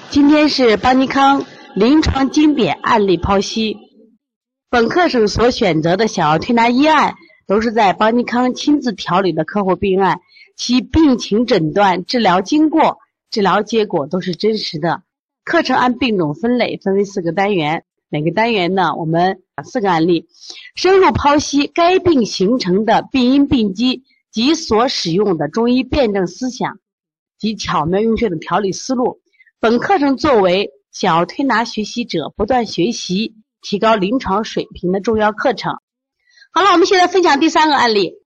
今天是邦尼康临床经典案例剖析。本课程所选择的小儿推拿医案都是在邦尼康亲自调理的客户病案，其病情诊断、治疗经过、治疗结果都是真实的。课程按病种分类，分为4个单元，每个单元呢，我们4个案例，深入剖析该病形成的病因病机及所使用的中医辩证思想及巧妙用穴的调理思路。本课程作为小儿推拿学习者不断学习、提高临床水平的重要课程。好了，我们现在分享第3个案例。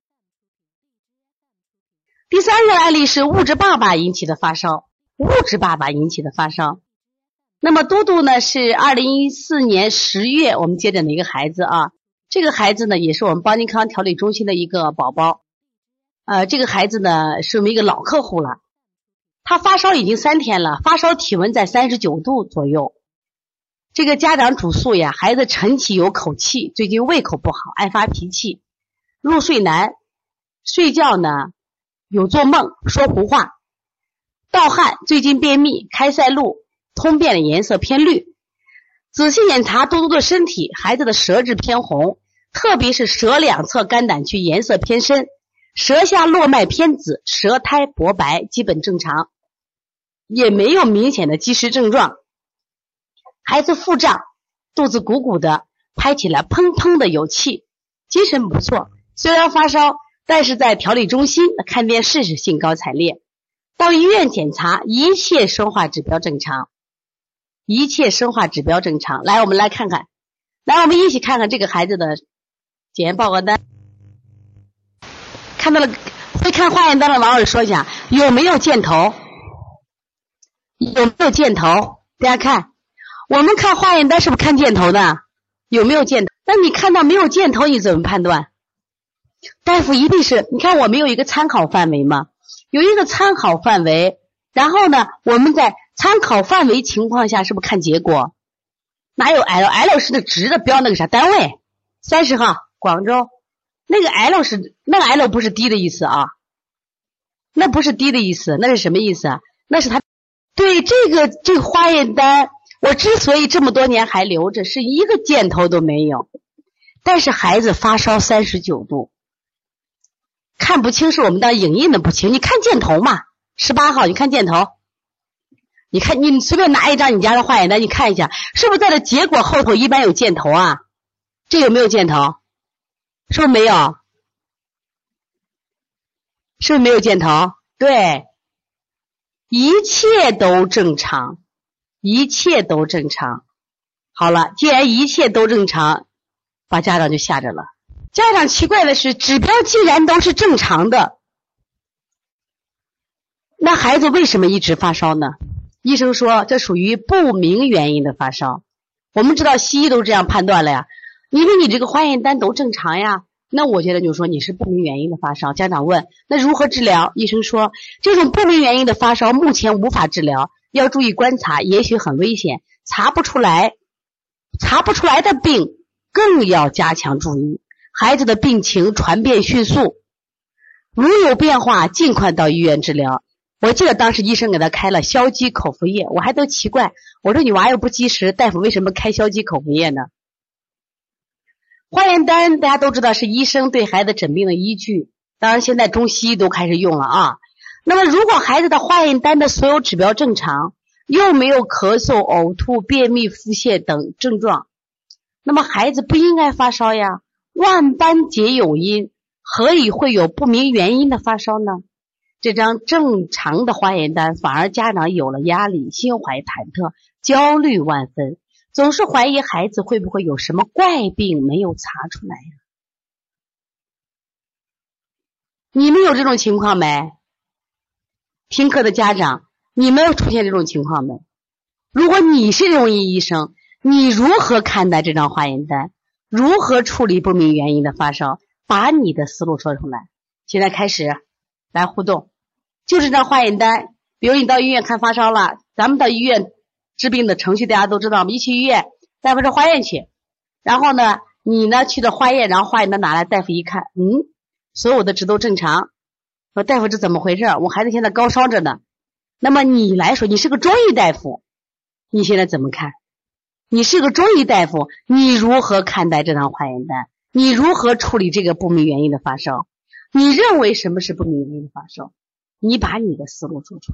第3个案例是物质爸爸引起的发烧。那么嘟嘟呢是2014年10月我们接诊的一个孩子啊，这个孩子呢也是我们邦尼康调理中心的一个宝宝。这个孩子呢是我们一个老客户了。他发烧已经3天了，发烧体温在39度左右。这个家长主诉呀，孩子晨起有口气，最近胃口不好，爱发脾气，入睡难，睡觉呢有做梦，说胡话，盗汗，最近便秘，开塞露，通便的颜色偏绿。仔细检查嘟嘟的身体，孩子的舌质偏红，特别是舌两侧肝胆区颜色偏深，舌下络脉偏紫，舌苔薄白，基本正常，也没有明显的积食症状。孩子腹胀，肚子鼓鼓的，拍起来砰砰的有气，精神不错，虽然发烧，但是在调理中心看电视是兴高采烈。到医院检查，一切生化指标正常，来，我们来看看，我们一起看看这个孩子的检验报告单。看到了，会看化验单的网友说一下，有没有箭头？大家看，我们看化验单是不是看箭头的？有没有箭头？那你看到没有箭头，你怎么判断？大夫一定是，你看我们有一个参考范围吗？有一个参考范围，然后呢，我们在参考范围情况下是不是看结果？哪有 L 是那直的标那个啥单位？30号广州，那个 L 不是低的意思啊，那不是低的意思，那是什么意思啊？那是他对这个化验单，我之所以这么多年还留着，是一个箭头都没有，但是孩子发烧39度。看不清是我们当影印的不清，你看箭头嘛，18号你看箭头，你看你随便拿一张你家的化验单，你看一下，是不是在这结果后头一般有箭头啊？这有没有箭头？是不是没有？是不是没有箭头？对，一切都正常。好了，既然一切都正常，把家长就吓着了。家长奇怪的是，指标既然都是正常的，那孩子为什么一直发烧呢？医生说这属于不明原因的发烧。我们知道西医都这样判断了呀，因为你这个化验单都正常呀，那我觉得就说你是不明原因的发烧。家长问那如何治疗？医生说这种不明原因的发烧目前无法治疗，要注意观察，也许很危险，查不出来的病更要加强注意。孩子的病情传变迅速，如有变化尽快到医院治疗。我记得当时医生给他开了消积口服液，我还都奇怪，我说你娃又不积食，大夫为什么开消积口服液呢？化验单大家都知道是医生对孩子诊病的依据，当然现在中西医都开始用了啊。那么如果孩子的化验单的所有指标正常，又没有咳嗽、呕吐、便秘、腹泻等症状，那么孩子不应该发烧呀。万般皆有因，何以会有不明原因的发烧呢？这张正常的化验单反而家长有了压力，心怀忐忑，焦虑万分，总是怀疑孩子会不会有什么怪病没有查出来呀？你们有这种情况没？听课的家长，你们有出现这种情况没？如果你是中医医生，你如何看待这张化验单？如何处理不明原因的发烧？把你的思路说出来。现在开始来互动，就是这张化验单，比如你到医院看发烧了，咱们到医院治病的程序大家都知道，我们一去医院，大夫说化验去，然后呢你呢去的化验，然后化验单拿来，大夫一看，所有的值都正常，说大夫这怎么回事？我孩子现在高烧着呢。那么你来说，你是个中医大夫， 你现在怎么看？你是个中医大夫，你如何看待这张化验单？你如何处理这个不明原因的发烧？你认为什么是不明原因的发烧？你把你的思路说出来，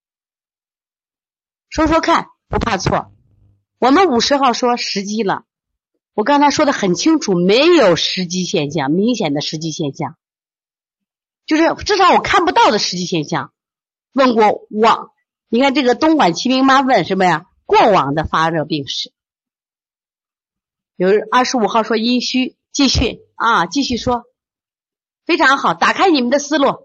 说说看，不怕错。我们50号说时机了，我刚才说的很清楚，没有时机现象，明显的时机现象，就是至少我看不到的时机现象。问过往，你看这个东莞齐明妈问什么呀？过往的发热病史。有25号说阴虚，继续说，非常好，打开你们的思路。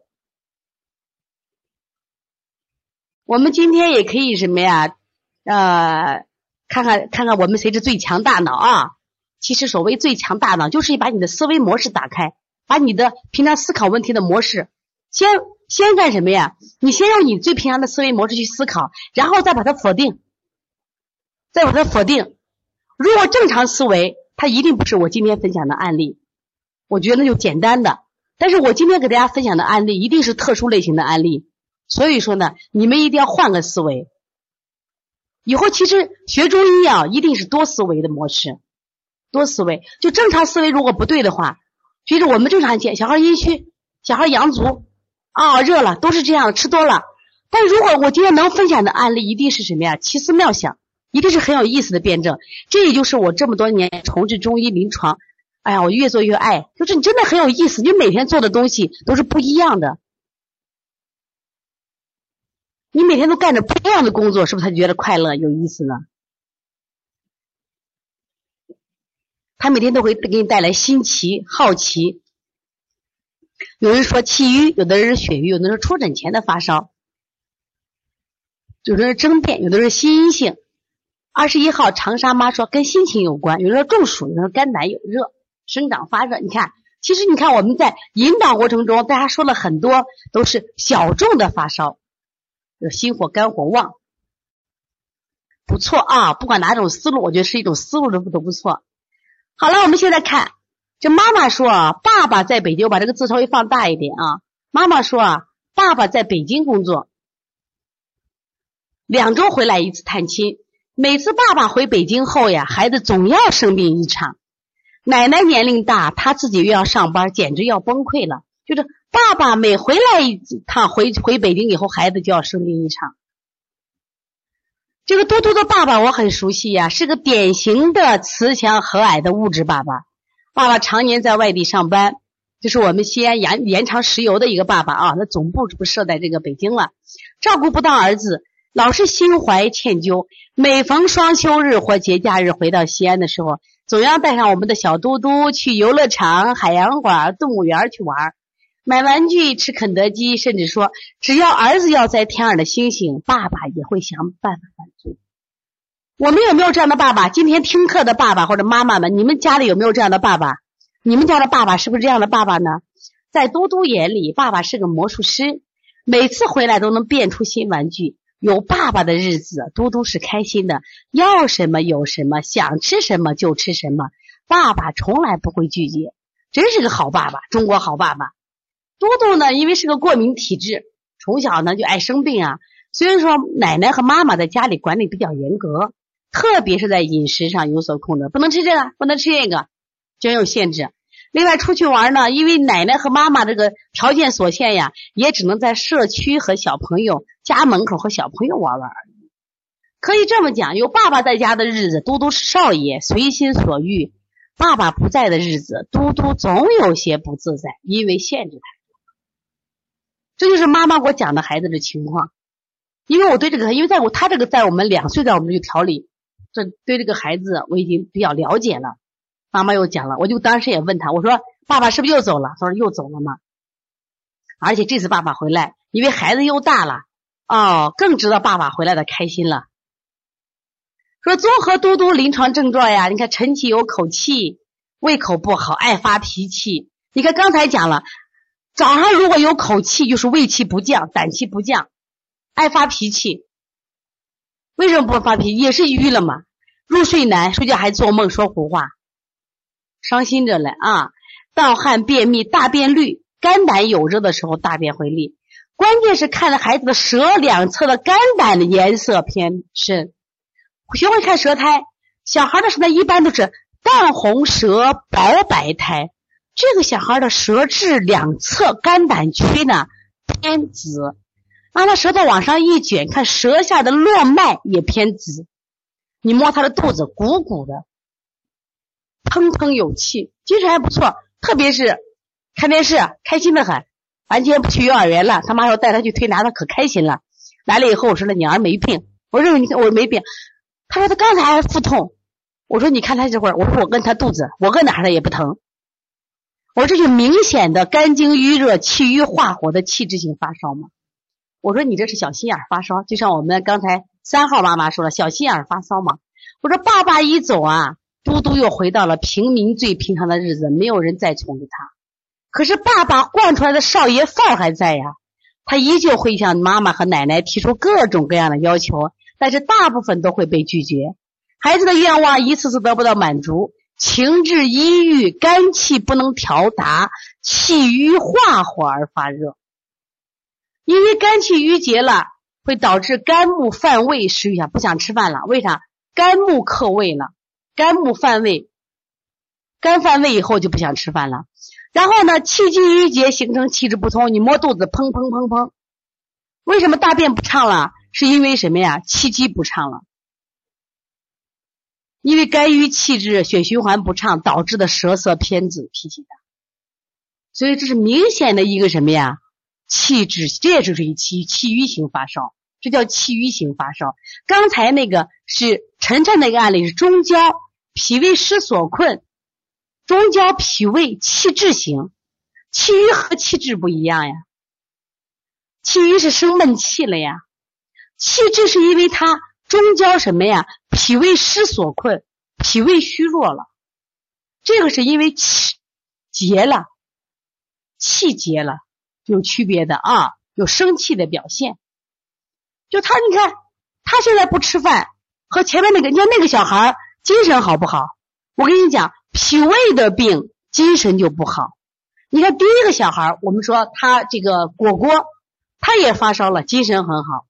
我们今天也可以什么呀？看看我们谁是最强大脑啊？其实所谓最强大脑，就是把你的思维模式打开，把你的平常思考问题的模式，先干什么呀？你先用你最平常的思维模式去思考，然后再把它否定，如果正常思维，它一定不是我今天分享的案例，我觉得那就简单的。但是我今天给大家分享的案例一定是特殊类型的案例，所以说呢，你们一定要换个思维。以后其实学中医啊，一定是多思维的模式，多思维。就正常思维如果不对的话，就是我们正常见小孩阴虚，小孩阳足热了，都是这样，吃多了。但如果我今天能分享的案例一定是什么呀？奇思妙想，一定是很有意思的辩证。这也就是我这么多年从事中医临床，我越做越爱，就是你真的很有意思，你每天做的东西都是不一样的，你每天都干着不一样的工作，是不是他觉得快乐有意思呢？他每天都会给你带来新奇好奇。有人说气郁，有的人是血瘀，有的人是出诊前的发烧，有的人是争辩，有的人是心因性。21号长沙妈说跟心情有关，有人说中暑，有人说肝胆有热，生长发热。你看，其实你看我们在引导过程中，大家说了很多都是小众的发烧，有心火肝火旺，不错啊，不管哪种思路，我觉得是一种思路都不错。好了，我们现在看，这妈妈说爸爸在北京，我把这个字稍微放大一点啊。妈妈说爸爸在北京工作，2周回来一次探亲，每次爸爸回北京后呀，孩子总要生病一场。奶奶年龄大，她自己又要上班，简直要崩溃了。就是爸爸每回来一趟回北京以后，孩子就要生病一场。这个多多的爸爸我很熟悉呀，是个典型的慈祥和蔼的物质爸爸。爸爸常年在外地上班，就是我们西安延长石油的一个爸爸啊，那总部不设在这个北京了，照顾不到儿子，老是心怀歉疚。每逢双休日或节假日回到西安的时候，总要带上我们的小嘟嘟去游乐场、海洋馆、动物园去玩，买玩具、吃肯德基，甚至说只要儿子要在天上的星星，爸爸也会想办法满足。我们有没有这样的爸爸？今天听课的爸爸或者妈妈们，你们家里有没有这样的爸爸？你们家的爸爸是不是这样的爸爸呢？在嘟嘟眼里，爸爸是个魔术师，每次回来都能变出新玩具。有爸爸的日子，嘟嘟是开心的，要什么有什么，想吃什么就吃什么，爸爸从来不会拒绝，真是个好爸爸，中国好爸爸。嘟嘟呢，因为是个过敏体质，从小呢就爱生病啊。虽然说奶奶和妈妈在家里管理比较严格，特别是在饮食上有所控制，不能吃这个，不能吃那个，真有限制。另外出去玩呢，因为奶奶和妈妈这个条件所限呀，也只能在社区和小朋友家门口和小朋友玩玩而已。可以这么讲，有爸爸在家的日子，嘟嘟是少爷，随心所欲；爸爸不在的日子，嘟嘟总有些不自在，因为限制太多。这就是妈妈给我讲的孩子的情况。因为我对这个，因为他这个在我们2岁，在我们就调理，这对这个孩子我已经比较了解了。妈妈又讲了，我就当时也问他，我说爸爸是不是又走了？他说又走了嘛。而且这次爸爸回来，因为孩子又大了，更知道爸爸回来的开心了。说综合嘟嘟临床症状呀，你看晨起有口气，胃口不好，爱发脾气。你看刚才讲了，早上如果有口气，就是胃气不降，胆气不降，爱发脾气。为什么不发脾气？也是郁了嘛。入睡难，睡觉还做梦说胡话，伤心着嘞啊！盗汗、便秘、大便绿，肝胆有热的时候大便会绿。关键是看着孩子的舌两侧的肝胆的颜色偏深， 学会看舌苔，小孩的舌苔一般都是淡红舌薄白苔，这个小孩的舌质两侧肝胆区呢偏紫，让他舌头往上一卷，看舌下的络脉也偏紫，你摸他的肚子鼓鼓的，腾腾有气，精神还不错，特别是看电视开心的很，完全不去幼儿园了，他妈说带他去推拿，他可开心了。来了以后我说了，你儿没病，我认为你看我没病，他说他刚才还腹痛，我说你看他这会儿，我说我跟他肚子我跟哪儿他也不疼，我说这是明显的肝经郁热气郁化火的气滞性发烧吗？我说你这是小心眼发烧，就像我们刚才3号妈妈说了，小心眼发烧嘛。我说爸爸一走啊，嘟嘟又回到了平民最平常的日子，没有人再宠着他。可是爸爸惯出来的少爷范儿还在呀，他依旧会向妈妈和奶奶提出各种各样的要求，但是大部分都会被拒绝。孩子的愿望一次次得不到满足，情志抑郁，肝气不能调达，气郁化火而发热。因为肝气郁结了，会导致肝木犯胃，食欲不想吃饭了。为啥？肝木克胃了，肝木犯胃，肝犯胃以后就不想吃饭了。然后呢，气机郁结形成气滞不通，你摸肚子砰砰砰砰。为什么大便不畅了？是因为什么呀？气机不畅了。因为肝郁气滞，血循环不畅导致的舌色偏紫，脾气大。所以这是明显的一个什么呀？气滞，这也就是气郁型发烧，这叫气郁型发烧。刚才那个是晨晨那个案例是中焦脾胃湿所困，中焦脾胃气滞型，气郁和气滞不一样呀。气郁是生闷气了呀，气滞是因为它中焦什么呀？脾胃湿所困，脾胃虚弱了，这个是因为气结了，气结了。有区别的啊，有生气的表现。就他，你看他现在不吃饭，和前面那个，你看那个小孩精神好不好？我跟你讲，脾胃的病精神就不好。你看第一个小孩，我们说他这个果果，他也发烧了，精神很好。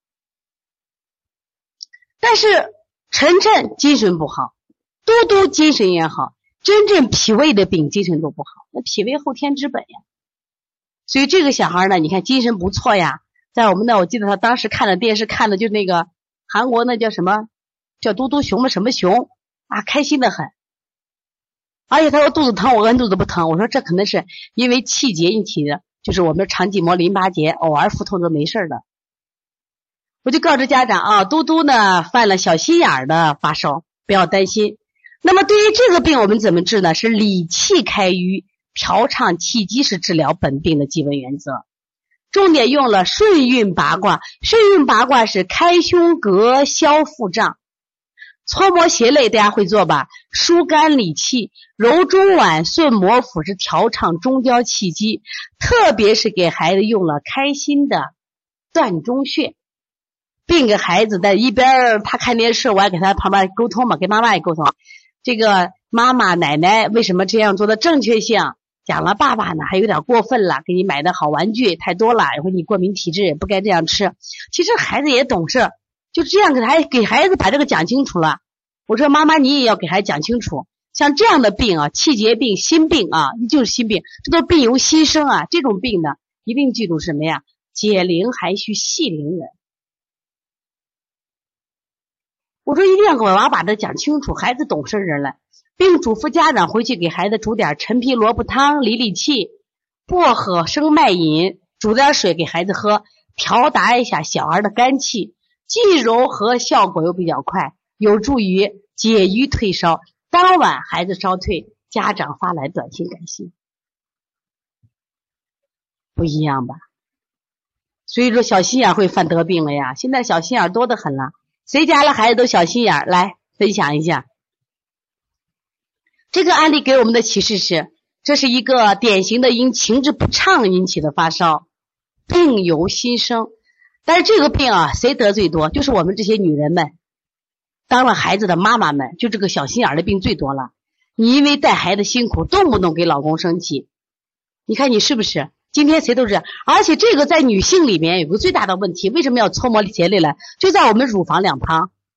但是晨晨精神不好，嘟嘟精神也好，真正脾胃的病精神都不好，那脾胃后天之本呀。所以这个小孩呢，你看精神不错呀，在我们那，我记得他当时看的电视看的就那个韩国那叫什么，叫嘟嘟熊吗？什么熊啊，开心的很。而且他说肚子疼，我跟肚子不疼，我说这可能是因为气结引起的，就是我们的肠系膜淋巴结偶尔腹痛都没事的。我就告知家长啊，嘟嘟呢犯了小心眼的发烧，不要担心。那么对于这个病我们怎么治呢？是理气开瘀，调畅气机是治疗本病的基本原则。重点用了顺运八卦，顺运八卦是开胸膈消腹胀，搓摩胁肋大家会做吧，疏肝理气，揉中脘顺摩腹是调畅中焦气机，特别是给孩子用了开心的膻中穴，并给孩子在一边他看电视，我还给他旁边沟通嘛，跟妈妈也沟通，这个妈妈奶奶为什么这样做的正确性，讲了爸爸呢还有点过分了，给你买的好玩具太多了，一会儿你过敏体质也不该这样吃。其实孩子也懂事，就这样给孩子把这个讲清楚了。我说妈妈你也要给孩子讲清楚，像这样的病啊，气结病心病啊，就是心病，这都病由心生啊，这种病呢一定记住什么呀？解铃还须系铃人。我说一定要给我娃把这讲清楚，孩子懂事人了，并嘱咐家长回去给孩子煮点陈皮萝卜汤理理气，薄荷生脉饮，煮点水给孩子喝，调达一下小孩的肝气，既柔和效果又比较快，有助于解瘀退烧。当晚孩子烧退，家长发来短信感谢，不一样吧？所以说小心眼会犯得病了呀，现在小心眼多得很了，谁家的孩子都小心眼，来分享一下。这个案例给我们的启示是，这是一个典型的因情志不畅引起的发烧，病由心生。但是这个病啊，谁得最多？就是我们这些女人们，当了孩子的妈妈们，就这个小心眼的病最多了。你因为带孩子辛苦，动不动给老公生气，你看你是不是？今天谁都是。而且这个在女性里面有个最大的问题，为什么要搓摩胁肋呢？就在我们乳房两旁，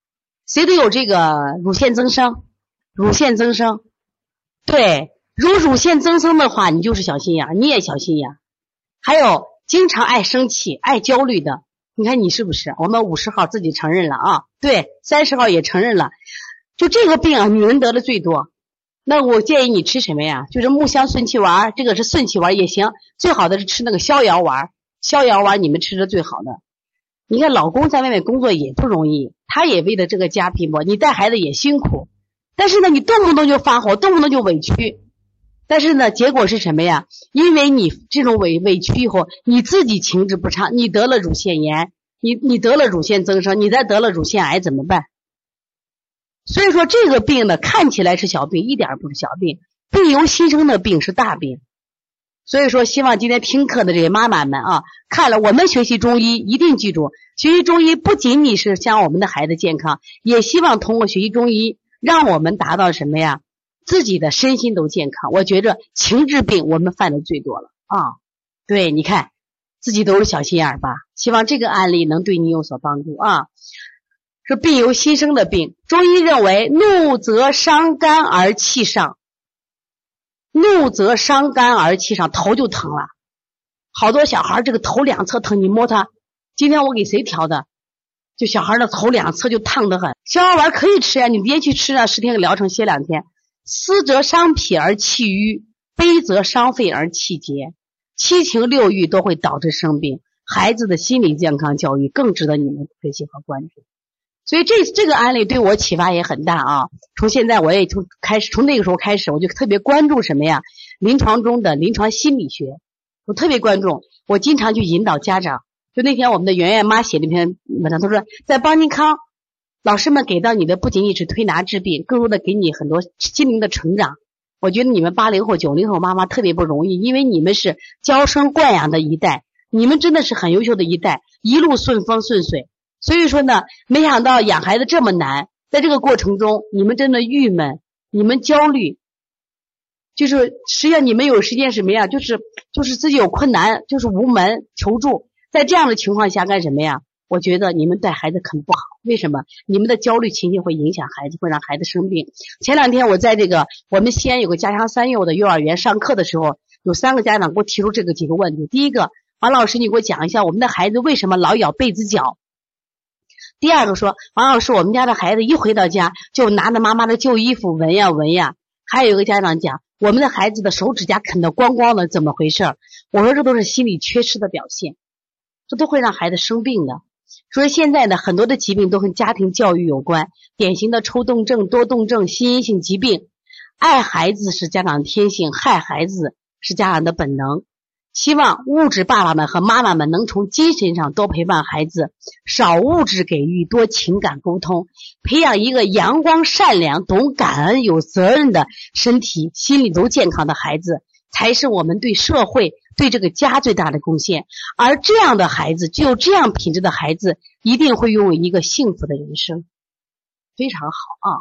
谁都有这个乳腺增生，乳腺增生，对，如乳腺增生的话，你就是小心眼，你也小心眼。还有经常爱生气、爱焦虑的，你看你是不是？我们50号自己承认了啊，对，30号也承认了。就这个病啊，女人得的最多。那我建议你吃什么呀？就是木香顺气丸，这个是顺气丸也行，最好的是吃那个逍遥丸，逍遥丸你们吃的最好的。你看老公在外面工作也不容易，他也为了这个家拼搏，你带孩子也辛苦，但是呢你动不动就发火，动不动就委屈，但是呢结果是什么呀？因为你这种委屈以后，你自己情志不畅，你得了乳腺炎，你得了乳腺增生，你再得了乳腺癌怎么办？所以说这个病呢看起来是小病，一点不是小病，病由心生的病是大病。所以说希望今天听课的这些妈妈们啊，看了我们学习中医一定记住，学习中医不仅仅是想我们的孩子健康，也希望通过学习中医让我们达到什么呀？自己的身心都健康。我觉着情志病我们犯的最多了啊。对，你看自己都是小心眼吧，希望这个案例能对你有所帮助啊。是病由心生的病，中医认为怒则伤肝而气上，怒则伤肝而气上，头就疼了。好多小孩这个头两侧疼，你摸他，今天我给谁调的？就小孩的头两侧就烫得很。逍遥丸可以吃啊，你别去吃啊，10天个疗程歇2天。思则伤脾而气郁，悲则伤肺而气结，7情6欲都会导致生病。孩子的心理健康教育更值得你们学习和关注。所以这个案例对我启发也很大啊！从现在我也从那个时候开始，我就特别关注什么呀？临床中的临床心理学，我特别关注。我经常去引导家长。就那天我们的圆圆妈写了一篇文章，她说在邦尼康，老师们给到你的不仅仅是推拿治病，更多的给你很多心灵的成长。我觉得你们80后、90后妈妈特别不容易，因为你们是娇生惯养的一代，你们真的是很优秀的一代，一路顺风顺水。所以说呢，没想到养孩子这么难，在这个过程中你们真的郁闷，你们焦虑，就是实际上你们有时间什么呀，就是自己有困难，就是无门求助。在这样的情况下干什么呀？我觉得你们带孩子可能不好。为什么？你们的焦虑情绪会影响孩子，会让孩子生病。前2天我在这个我们西安有个家乡3幼的幼儿园上课的时候，有3个家长给我提出这个几个问题。第一个，王老师你给我讲一下我们的孩子为什么老咬被子脚。第二个说，王老师我们家的孩子一回到家就拿着妈妈的旧衣服闻呀闻呀。还有一个家长讲，我们的孩子的手指甲啃得光光的，怎么回事？我说这都是心理缺失的表现，这都会让孩子生病的。所以现在呢，很多的疾病都跟家庭教育有关，典型的抽动症、多动症、心因性疾病。爱孩子是家长的天性，害孩子是家长的本能。希望物质爸爸们和妈妈们能从精神上多陪伴孩子，少物质给予，多情感沟通，培养一个阳光善良、懂感恩、有责任的身体心理都健康的孩子，才是我们对社会对这个家最大的贡献。而这样的孩子，只有这样品质的孩子，一定会拥有一个幸福的人生。非常好啊！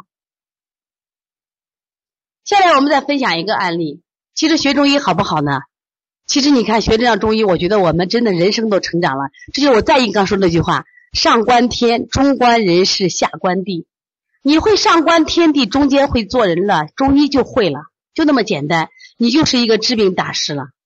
下来我们再分享一个案例。其实学中医好不好呢？其实你看学这样中医，我觉得我们真的人生都成长了。这就是我再一刚说那句话，上观天，中观人事，下观地。你会上观天地，中间会做人了，中医就会了，就那么简单，你就是一个治病大师了。